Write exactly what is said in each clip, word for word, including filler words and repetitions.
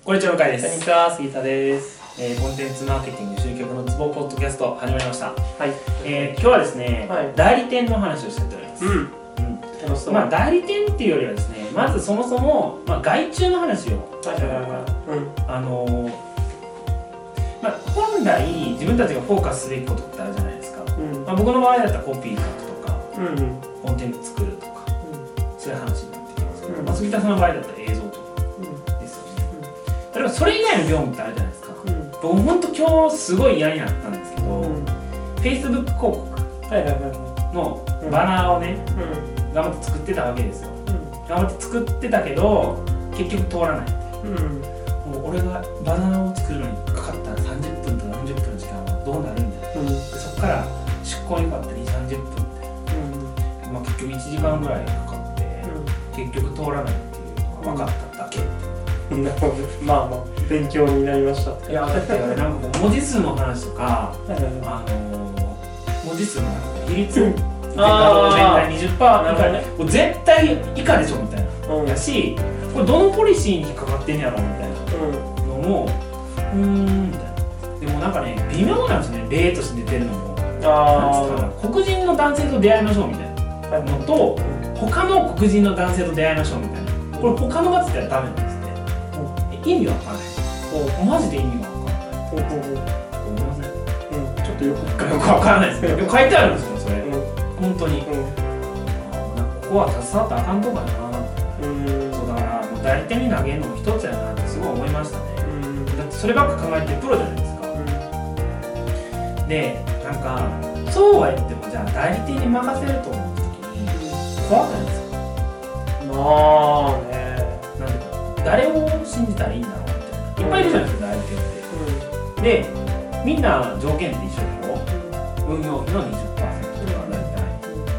こんにちは、向井です。 こんにちは、杉田です。 えー、コンテンツマーケティング集客のツボポッドキャスト始まりました。 はい。 えー、今日はですね、はい、代理店の話をしております。うん。うん、楽しそう。まあ代理店っていうよりはですね、まずそもそもまあ外注の話をしたいなとか、あのー、まあ本来自分たちがフォーカスすべきことってあるじゃないですか。うん、まあ僕の場合だったらコピー書くとか、うんうん、コンテンツ作るとか、うん、そういう話になってきますけど、うん、まあ杉田さんの場合だったら映像とか。例えばそれ以外の業務ってあるじゃないですか、うん、僕ほんと今日すごい嫌になったんですけど、うん、Facebook 広告のバナーをね、うん、頑張って作ってたわけですよ、うん、頑張って作ってたけど結局通らない、うん、もう俺がバナーを作るのにかかったさんじゅっぷんとかよんじゅっぷんの時間はどうなるんだよ、うん、でそこから出稿にかかったにじゅう、さんじゅっぷんで、うんまあ、結局いちじかんぐらいかかって、うん、結局通らないっていうのが分かっただけ、 なるほど。まあまあ勉強になりました。 いやだってなんかもう文字数の話とか、あのー、文字数の比率全体 にじゅっパーセント 以下、ね、もう絶対以下でしょみたいな、うん、やしこれどのポリシーに引っかかってんやろみたいなのもうーんみたいな。でもなんかね微妙なんですね、例として出てるのも。あなんつうかな、黒人の男性と出会いましょうみたいなのと他の黒人の男性と出会いましょうみたいな、これ他のがつったらダメなんです。意味わからない。マジで意味わからない。ほうほうほう。思いません？うん。ちょっとよくよくわからないですけど、でも書いてあるんですよそれ。うん、本当に。うん、ここは携わったらあかんとかやな。うん。そうだからもう代理店に投げるのも一つやなってすごい思いましたね。うん。だってそればっか考えてるプロじゃないですか。うん。でなんかそうは言ってもじゃあ代理店に任せると思った時に怖くないですか？ まあね。 誰を信じたらいいんだろうみたいな、いっぱいいるじゃないですか代理店って、うん、でみんな条件って一緒でしょ、うん、運用費の にじゅっパーセント とか大体、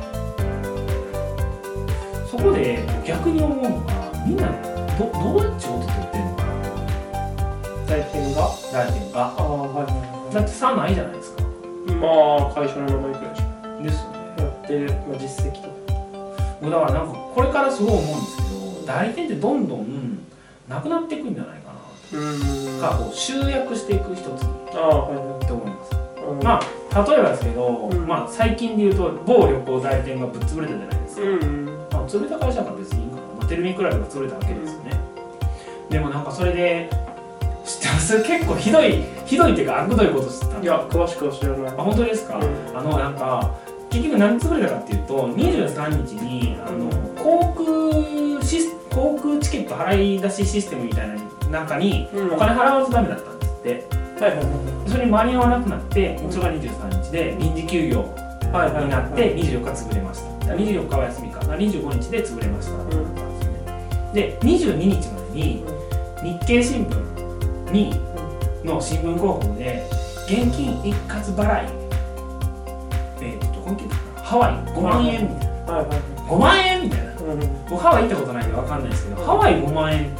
うん、そこで逆に思うのがみんな ど, どうやって仕事取ってるのかな、 代理店が代理店があ、はいはい、だって差ないじゃないですか。 まあ会社の名前くらいしかですよね。 やってる、まあ、実績とかだからなんかこれからすごい思うんですけど、代理店ってどんどんなくなっていくんじゃないかな、かこう集約していく一つにって思います。まあ例えばですけど、うん、まあ最近で言うと某旅行代理店がぶっ潰れたじゃないですか。うん、まあ、潰れた会社から別にいいかな、まあ、テレビクラブが潰れたわけですよね。うん、でもなんかそれで知ってます？結構ひどいひどいっていうか悪どいことしてたんで。 いや詳しくは知らない。 あ本当ですか？うん、あのなんか結局何潰れたかっていうとにじゅうさんにちにあの航空シス航空チケット払い出しシステムみたいな中にお金払わずダメだったんですって、うんはいはいはい、それに間に合わなくなってそれがにじゅうさんにちで臨時休業になってにじゅうよっか潰れました。にじゅうよっかは休みかにじゅうごにちで潰れました、うん、でにじゅうににちまでに日経新聞にの新聞広告で現金一括払い、えー、どこに来てたかな、ハワイごまんえんみたいな、はいはいはい、ごまんえんみたいな、うん、僕ハワイ行ったことないんで分かんないですけど、うん、ハワイごまんえんって、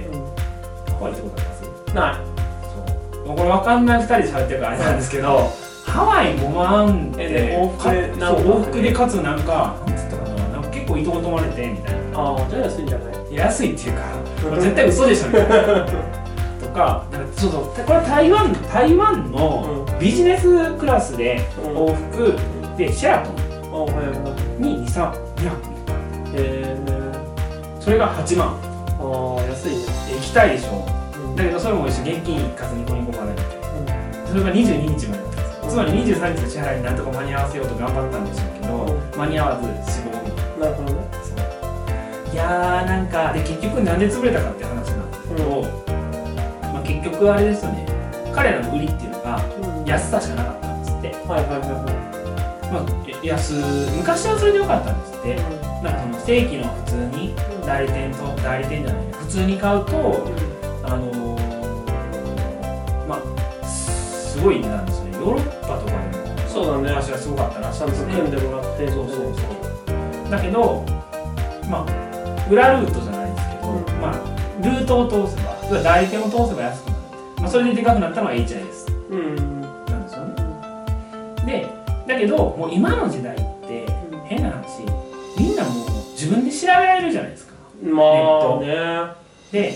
うん、ハワイ行ったことあります？ない。そうこれ分かんないふたりで喋ってるからあれなんですけど、ハワイごまんって往復で往復でかつなんかなんつったかな、なんか結構いとこ泊まれてみたいな。 ああじゃあ安いんじゃない？ 安いっていうか絶対嘘でしょみたいなとか、なんかそうそうこれ台湾台湾のビジネスクラスで往復でシェラトンににさんびゃくえー、それがはちまん。 ああ安いね。 行きたいでしょ、うん、だけどそれも一緒現金一括にこにこまれて、うん、それがにじゅうににちまでだったんですよ。つまりにじゅうさんにちの支払いになんとか間に合わせようと頑張ったんでしょうけど、うん、間に合わず死亡みたいな。なるほどね。そういやーなんかで結局なんで潰れたかっていう話なんですけど、うんまあ、結局あれですよね、彼らの売りっていうのが安さしかなかったんですって、うん、はいはいはいはい。まあ、安昔はそれでよかったんですって、うん、なんかその正規の普通に代理店と代理店じゃない普通に買うと、うん、あのー、まあすごい値段ですね。ヨーロッパとかでもそうだね、 昔はすごかったらしいんですね。 組んでもらって、 そうそうそうだけどまあ裏ルートじゃないですけど、うん、まあルートを通せば代理店を通せば安くなる、まあ、それででかくなったのが エイチアイエス、うん、なんですよね。でだけどもう今の時代って変な話、みんなもう自分で調べられるじゃないですか。 まあね。 で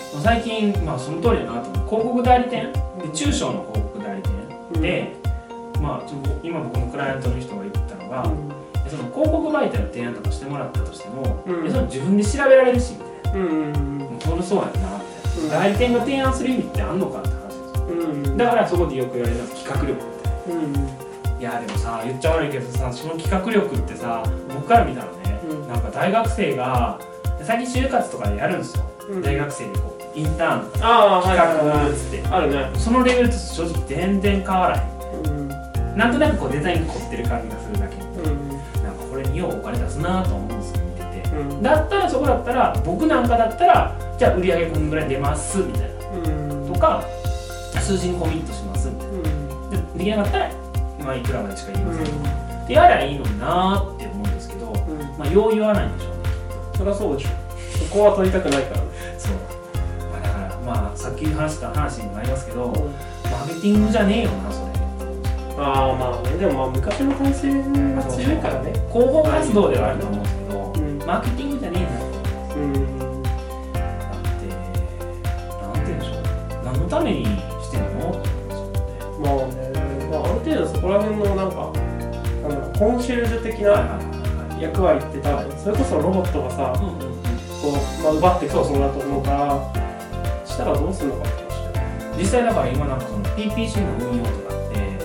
最近、まあ、その通りだなと思う。広告代理店で中小の広告代理店で、うん、まあ、ちょっと今僕のクライアントの人が言ったのが、うん、その広告媒体の提案とかしてもらったとしても、うん、その自分で調べられるしみたいな、うんうんうん、それそうやなみたいな、うん、代理店が提案する意味ってあんのかって話ですよ、うん、だからそこでよく言われるのは企画力みたいな、うん、いやでもさ言っちゃ悪いけどさ、その企画力ってさ僕から見たらね、うん、なんか大学生が最近就活とかでやるんですよ、うん、大学生でこうインターン企画っつって、 あるね、 そのレベルと正直全然変わらへん、うん、なんとなくこうデザインが凝ってる感じがするだけ、うん、なんかこれにようお金出すなと思うんですよ見てて、うん、だったらそこだったら僕なんかだったらじゃあ売り上げこんぐらい出ますみたいな、うん、とか数字にコミットしますみたいな、うん、で, できなかったらまあいくらまでしか言いません、うん、ってやりゃいいのになーって思うんですけど、うん、まあよう言わないんでしょうね。 そりゃそうでしょ、そこは取りたくないからね。 そう、まあ、だからまあさっき話した話にもなりますけど、うん、マーケティングじゃねえよなそれ。ああまあね、でもまあ昔の体制が強いからね、 広報活動ではあると思うんですけど、うん、マーケティングじゃねえんだよ、うん、だってなんて言うんでしょう、何のためにしてるのってまあね、まあ、ある程度そこら辺のなんかなんだろうコンシェルジュ的な役割って多分それこそロボットがさ、うんうんうん、こう、まあ、奪ってくそうだと思うからしたらどうするのかって話で実際だから今なんかその ピーピーシー の運用とか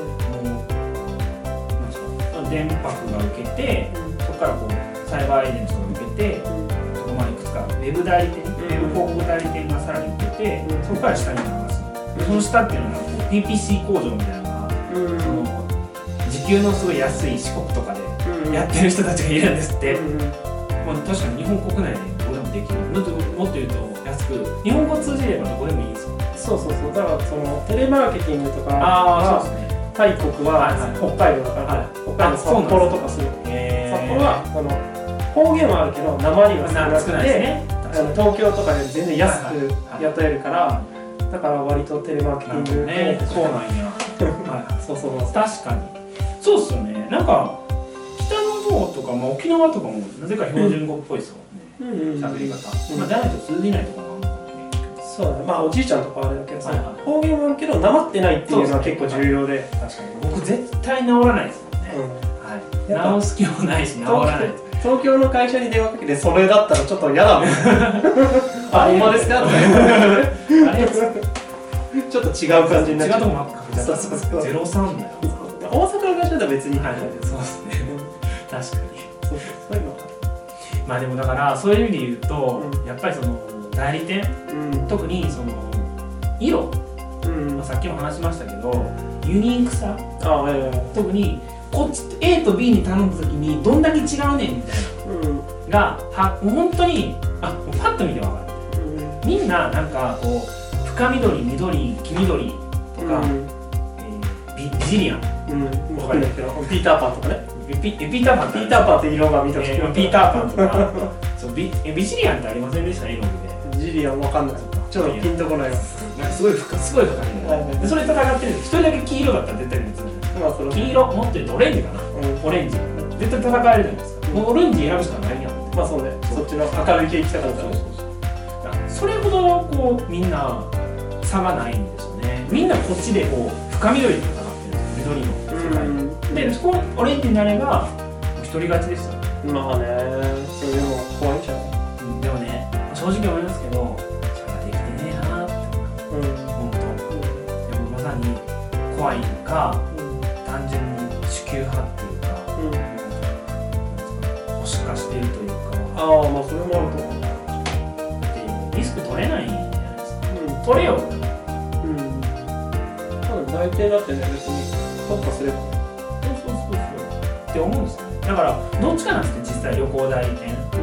電波が受けて、うん、そこからこうサイバーエージェントが受けて、うん、まあいくつかウェブ代理店、うん、ウェブ広告代理店がさらに受けて、うん、そこから下に流す、うん、その下っていうのはこう ピーピーシー 工場みたいなのが、うん、その時給のすごい安い四国とかでやってる人たちがいるんですって、うんまあ、確かに日本国内でどこでもできる、もっともっと言うと安く日本語通じればどこでもいいんですよ。 そうそうそう、だからそのテレマーケティングとかあそうですね、大国は北海道だから、はい、北海道札幌とかする。札幌はその方言はあるけど訛りが少なくて、ね、東京とかより全然安く雇えるから、はいはい、だから割とテレマーケティングね、そうなんや。 はい、そうそうそう。 確かに。そうっすよね。なんか北の方とか、まあ、沖縄とかもなぜか標準語っぽいですよね。喋、うん、り方。うん、まあじゃないと通じないとかもあるのかもね。 そうだね。まあおじいちゃんとかあれだけどさ、はいはい、方言はあるけどなまってないっていうのは結構重要で。 確かに。僕絶対治らないですもんね。うん、はい。治す気もないし治らない。 東京の会社に電話かけてそれだったらちょっと嫌だもん。あ、ほんまですか？あれちょっと違う感じになっちゃう。違うとこもあった。そうそうそう。ゼロ三だよ。大阪の会社だったら別に。はい、 そうですね。確かに。そうそうそういうの。 まあでもだからそういう意味で言うと、うん、やっぱりその代理店、うん、特にその色、うんまあ、さっきも話しましたけどユニークさ、あ、はいはいはい、特にこっち A と B に頼むときにどんだけ違うねんみたいな、うん、がはもう本当にあもうパッと見て分かる、うん、みんななんかこう深緑、緑、黄緑とか、うんえー、ビ, ビジリアン、うん、分かるんだけどピーターパンとかねピ, ピーターパンピーターパンって色が見た時、 えー、ピーターパンとかそう ビ, ビジリアンってありませんでしたね、 ビジリアンわかんないちょっとピンとこないわなんかすごい深すごい深い、はい、でそれ戦ってる一人だけ黄色だったら絶対に別に、まあ、黄色もっと言うとオレンジかな、うん、オレンジ絶対戦えるじゃないですか、うん、もうオレンジ選ぶしかないやんまあそうね、そっちの明るい系行きたかったら、ね、 それほどこうみんな差がないんですよね。みんなこっちでこう深緑で戦ってるんです、緑の世界、うん、でそこオレンジになれば一人勝ちですよ。 まあね、そういうの怖いじゃん、 うん、でもね正直思いますけどそれができてねえなって思います、うん、本当、うん、でもまさに怖いか、うん、単純に主給派っていうか、うん、保守化しているというか、 ああまあそれもあると思う。 でリスク取れないんじゃないですか、うん、取れよ、うん、 多分大抵だってね別に特化すればね、 そうそうそうそうって思うんですよね。だからどっちかなんですね、実際旅行代理店、うん、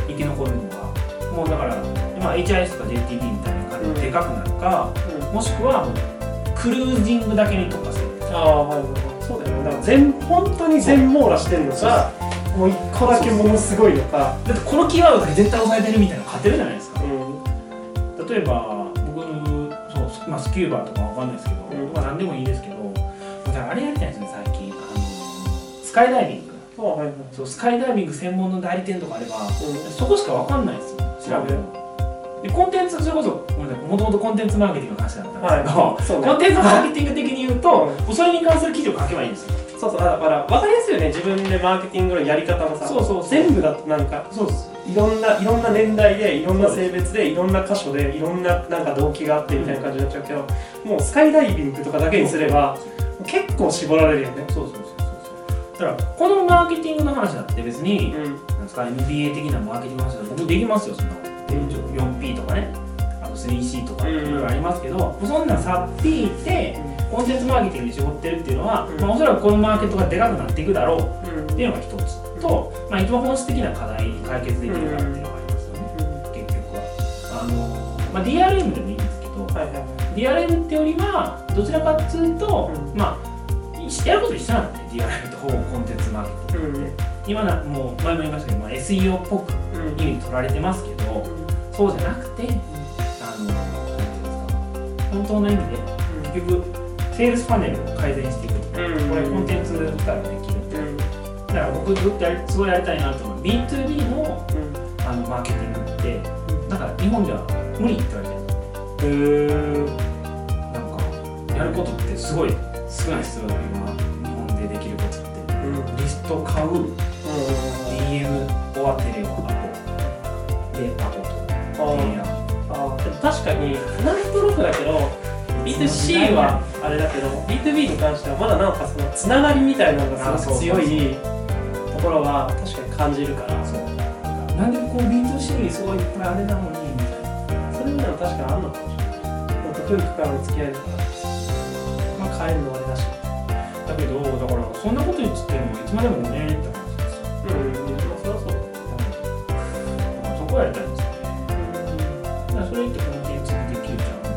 生き残るのはもうだから今 エイチアイエス とか ジェイティービー みたいな感じででかくなるか、うん、もしくはもうクルージングだけに特化する。 ああはいはいはい、そうだよね。だから全本当に全網羅してるのかもう一個だけものすごいのか、 だってこのキーワードだけ絶対押さえてるみたいなの勝てるじゃないですか、うん、例えば僕そう、まあ、スキューバーとかわかんないですけど、うん、まあ何でもいいですけど、じゃああれやりたいんですね最近、あのスカイダイビング、はいはい、そうスカイダイビング専門の代理店とかあれば、うん、そこしかわかんないですよ調べるの、 でコンテンツそれこそもともとコンテンツマーケティングの話だったんですけど、 はいそうね、 コンテンツマーケティング的に言うと、うん、それに関する記事を書けばいいんですよ。 そうそう、だから分かりやすいよね、自分でマーケティングのやり方もさ、 そうそうそう、 全部だとなんかそうですいろんないろんな年代でいろんな性別でいろんな箇所でいろんななんか動機があってみたいな感じになっちゃうけど、もうスカイダイビングとかだけにすれば結構絞られるよね。 そうそうそうそう。だからこのマーケティングの話だって別に、うん、なんですか エムビーエー 的なマーケティングの話だってできますよ。その よんピー とかね、あと スリーシー とかいろいろありますけど、うん、そんなんさっぴいて、うん、コンテンツマーケティングに絞ってるっていうのは、うんまあ、おそらくこのマーケットがでかくなっていくだろうっていうのが一つと、まあ、一番本質的な課題に解決できるかっていうのがありますよね、うん、結局はあの、まあ、ディーアールエム でもいいんですけど、はいはい、ディーアールエム ってよりはどちらかっていうと、うん、まあやること一緒なんで ディーアールエム とほぼコンテンツマーケティングって、うん、今なもう前も言いましたけど、まあ、エスイーオー っぽく意味に取られてますけど、うん、そうじゃなくて、うん、あのなんていうんですか本当の意味で、うん、結局セールスパネルを改善していくとか、うん、これコンテンツからできるんで、うん、だから僕ずっとやりすごいやりたいなと思う ビーツービー の、うん、あのマーケティングって、うん、なんか日本では無理って言われてるんですよ。へーなんかやることってすごい少ないですよ今日本でできることって、うん、リスト買う、うん、ディーエム オアテレオアポでアポと提案。 ああでも確かになんとなくだけど ビーツーシー はあれだけど ビーツービー に関してはまだなんかそのつながりみたいなのがすごく強いところは確かに感じるから、そうなんでこう ビーツーシー すごいいっぱいあれなのにみたいな、 それなの確かにあるのかもしれない。もっと古くからの付き合いだからまあ変えるのはあれだし、 だけどだからそんなこと言ってもいつまでもねって話ですよ。 うんうん、まあそりゃそうだ、うん、そこはやりたいんですよね。だからそれってコンテンツでできるじゃん。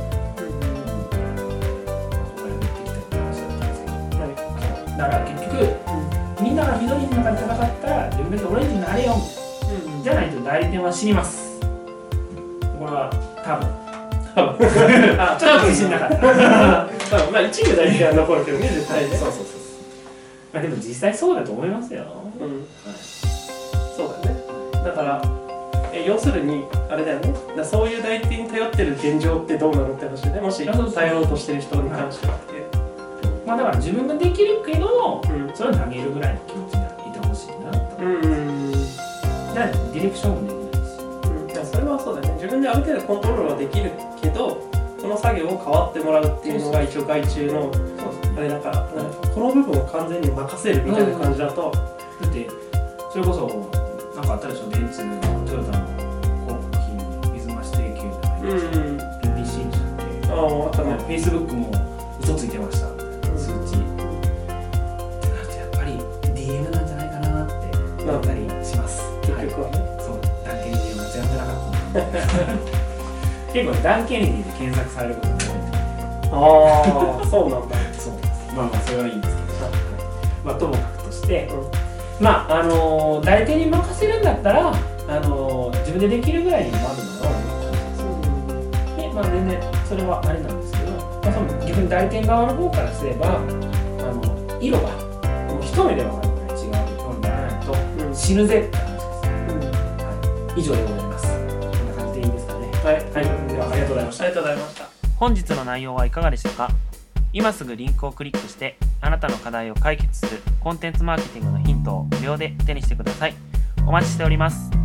だから結局、うん、みんなが緑の中で戦ったら自分でオレンジになれよ、うん、じゃないと代理店は死にます。これは多分多分あちょっと自信なかった多分まあ一部代理店は残るけどね絶対ね。そうそうそう、まあ、でも実際そうだと思いますよ、うんはい、 そうだね。だからえ要するにあれだよね、だそういう代理店に頼ってる現状ってどうなのって話で、ね、もし頼ろうとしてる人に関してはっていう、 まあだから自分ができるけど、うん、それを投げるぐらいの気持ちでいてほしいなと。うんうんうん。じゃあディレクションもできないし。 うん。いやそれはそうだね。自分である程度コントロールはできるけど、この作業を代わってもらうっていうのが一応外注のあれだから、この部分を完全に任せるみたいな感じだと、 うん、だってそれこそなんかあったでしょ、電通のトヨタの広告費水増し請求とか言いました。うんうん。ピーシー にして。あああったね。Facebook も嘘ついてました。数値ってなるとやっぱり ディーエム なんじゃないかなって思ったりします。 結局はね、 はい、そう断言理由間違ってなかった結構断言理由で検索されることも多いんで。 ああそうなんだそうです。まあまあそれはいいんですけど、はい、まあともかくとして、うん、まああのー、代理店に任せるんだったら、あのー、自分でできるぐらいになるのはで、まあ全然それはあれなんですけど、まあ、その逆に代理店側の方からすれば、あの色がもう一目で分かるくらい違うようにならないと、うん、死ぬぜって話です、うんはい、以上でございます。こんな感じでいいですかね。はい、はい、ではありがとうございました。 ありがとうございました。 本日の内容はいかがでしたか。今すぐリンクをクリックしてあなたの課題を解決するコンテンツマーケティングのヒントを無料で手にしてください。お待ちしております。